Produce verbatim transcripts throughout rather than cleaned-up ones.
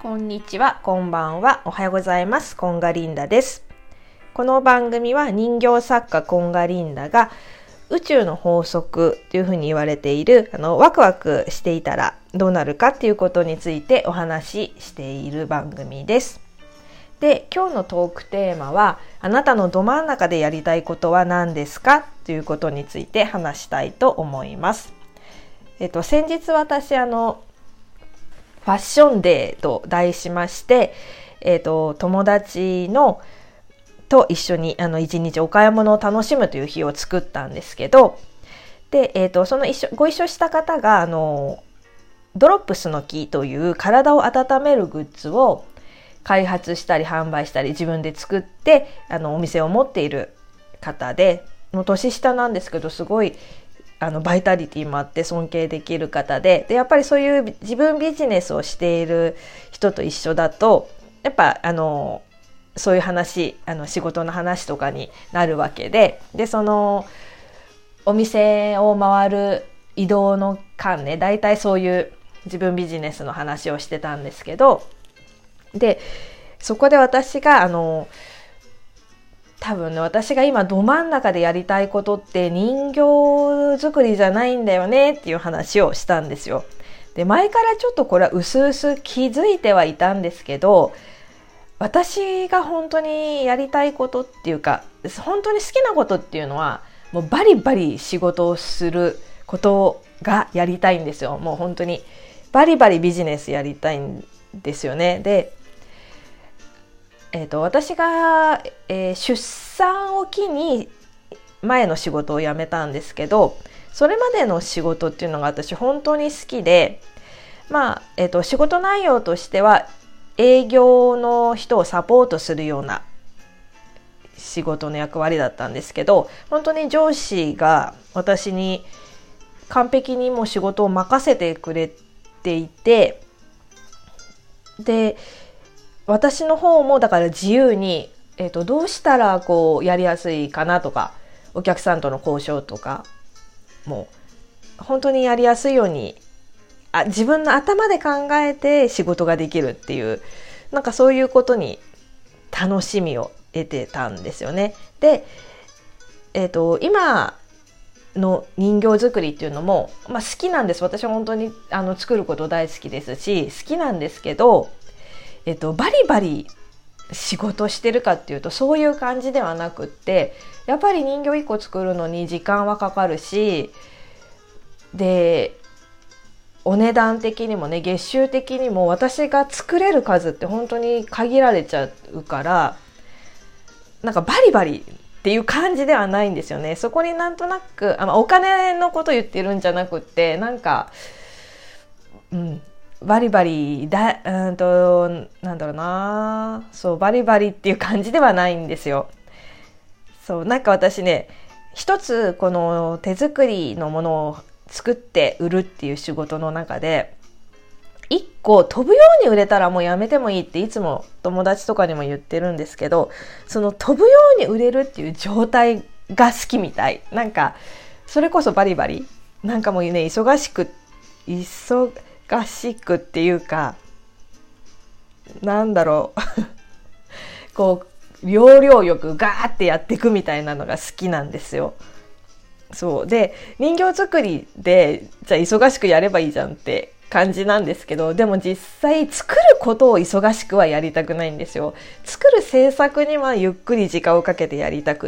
こんにちは、こんばんは、おはようございます。コンガリンダです。この番組は人形作家コンガリンダが宇宙の法則というふうに言われているあのワクワクしていたらどうなるかっていうことについてお話ししている番組です。で、今日のトークテーマはあなたのど真ん中でやりたいことは何ですかということについて話したいと思います。えっと、先日私あのファッションデーと題しまして、えっと、友達のと一緒にあの一日お買い物を楽しむという日を作ったんですけど、で、えっと、その一緒ご一緒した方があのドロップスの木という体を温めるグッズを開発したり販売したり自分で作ってあのお店を持っている方で、もう年下なんですけどすごいあのバイタリティもあって尊敬できる方で、でやっぱりそういう自分ビジネスをしている人と一緒だとやっぱあのそういう話あの仕事の話とかになるわけで、でそのお店を回る移動の間ね、だいたいそういう自分ビジネスの話をしてたんですけど、でそこで私があの多分ね、私が今ど真ん中でやりたいことって人形作りじゃないんだよねっていう話をしたんですよ。で、前からちょっとこれはうすうす気づいてはいたんですけど、私が本当にやりたいことっていうか、本当に好きなことっていうのはもうバリバリ仕事をすることがやりたいんですよ。もう本当にバリバリビジネスやりたいんですよね。でえー、と私が、えー、出産を機に前の仕事を辞めたんですけど、それまでの仕事っていうのが私本当に好きで、まあ、えー、と仕事内容としては営業の人をサポートするような仕事の役割だったんですけど、本当に上司が私に完璧にもう仕事を任せてくれていて、で私の方もだから自由に、えーと、どうしたらこうやりやすいかなとか、お客さんとの交渉とかもう本当にやりやすいようにあ自分の頭で考えて仕事ができるっていう、なんかそういうことに楽しみを得てたんですよね。で、えーと、今の人形作りっていうのも、まあ、好きなんです。私は本当にあの作ること大好きですし好きなんですけど、えっと、バリバリ仕事してるかっていうとそういう感じではなくって、やっぱり人形いっこ作るのに時間はかかるし、でお値段的にもね、月収的にも私が作れる数って本当に限られちゃうから、なんかバリバリっていう感じではないんですよね。そこになんとなくあのお金のこと言ってるんじゃなくって、なんかうんバリバリだうんとなんだろうなそうバリバリっていう感じではないんですよ。そうなんか私ね、一つこの手作りのものを作って売るっていう仕事の中で一個飛ぶように売れたらもうやめてもいいっていつも友達とかにも言ってるんですけど、その飛ぶように売れるっていう状態が好きみたい。なんかそれこそバリバリなんかもうね、忙しく忙がしくっていうか、なんだろうこう要領よくガーってやっていくみたいなのが好きなんですよ。そうで、人形作りでじゃあ忙しくやればいいじゃんって感じなんですけど、でも実際作ることを忙しくはやりたくないんですよ。作る制作にはゆっくり時間をかけてやりたくって、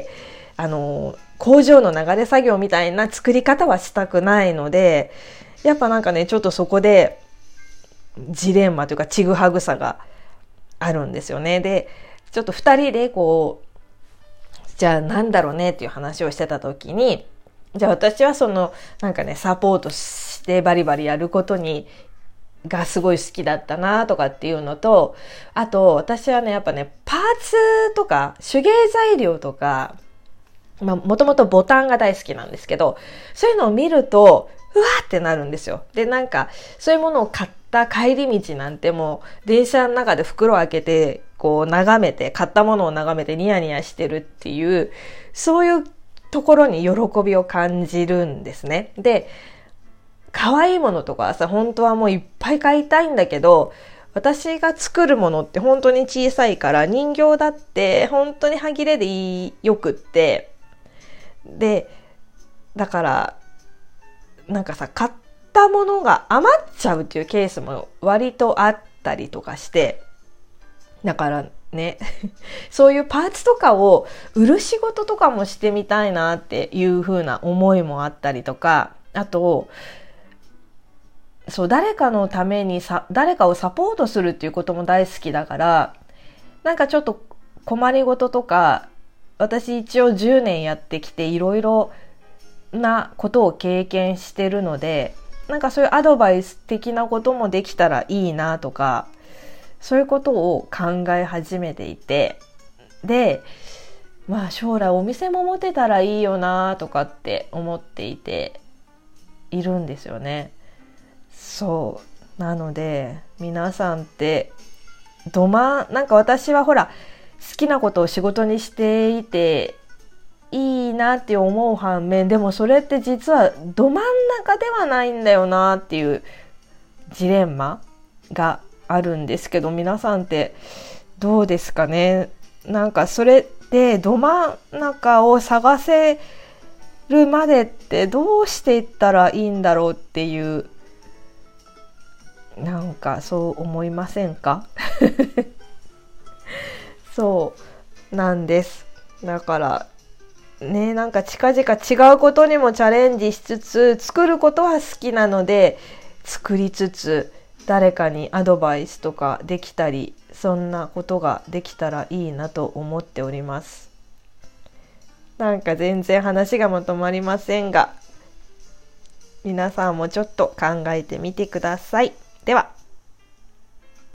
あの工場の流れ作業みたいな作り方はしたくないので、やっぱなんかね、ちょっとそこでジレンマというかちぐはぐさがあるんですよね。で、ちょっと二人でこう、じゃあなんだろうねっていう話をしてた時に、じゃあ私はそのなんかね、サポートしてバリバリやることにがすごい好きだったなとかっていうのと、あと私はね、やっぱね、パーツとか手芸材料とか、まあもともとボタンが大好きなんですけど、そういうのを見るとうわーってなるんですよ。で、なんかそういうものを買った帰り道なんてもう電車の中で袋を開けてこう眺めて、買ったものを眺めてニヤニヤしてるっていう、そういうところに喜びを感じるんですね。で、可愛いものとかさ、本当はもういっぱい買いたいんだけど、 私が作るものって本当に小さいから、人形だって本当に歯切れでいいよくって、でだからなんかさ、買ったものが余っちゃうっていうケースも割とあったりとかして、だからねそういうパーツとかを売る仕事とかもしてみたいなっていう風な思いもあったりとか、あとそう誰かのためにさ誰かをサポートするっていうことも大好きだから、なんかちょっと困りごととか、私一応じゅうねんやってきていろいろなことを経験してるので、なんかそういうアドバイス的なこともできたらいいなとか、そういうことを考え始めていて、でまあ将来お店も持てたらいいよなとかって思っていているんですよね。そうなので皆さんってどまなんか私はほら好きなことを仕事にしていていいなって思う反面、でもそれって実はど真ん中ではないんだよなっていうジレンマがあるんですけど、皆さんってどうですかね。なんかそれでど真ん中を探せるまでってどうしていったらいいんだろうっていう、なんかそう思いませんかそうなんです。だからね、なんか近々違うことにもチャレンジしつつ、作ることは好きなので作りつつ、誰かにアドバイスとかできたり、そんなことができたらいいなと思っております。なんか全然話がまとまりませんが、皆さんもちょっと考えてみてください。では。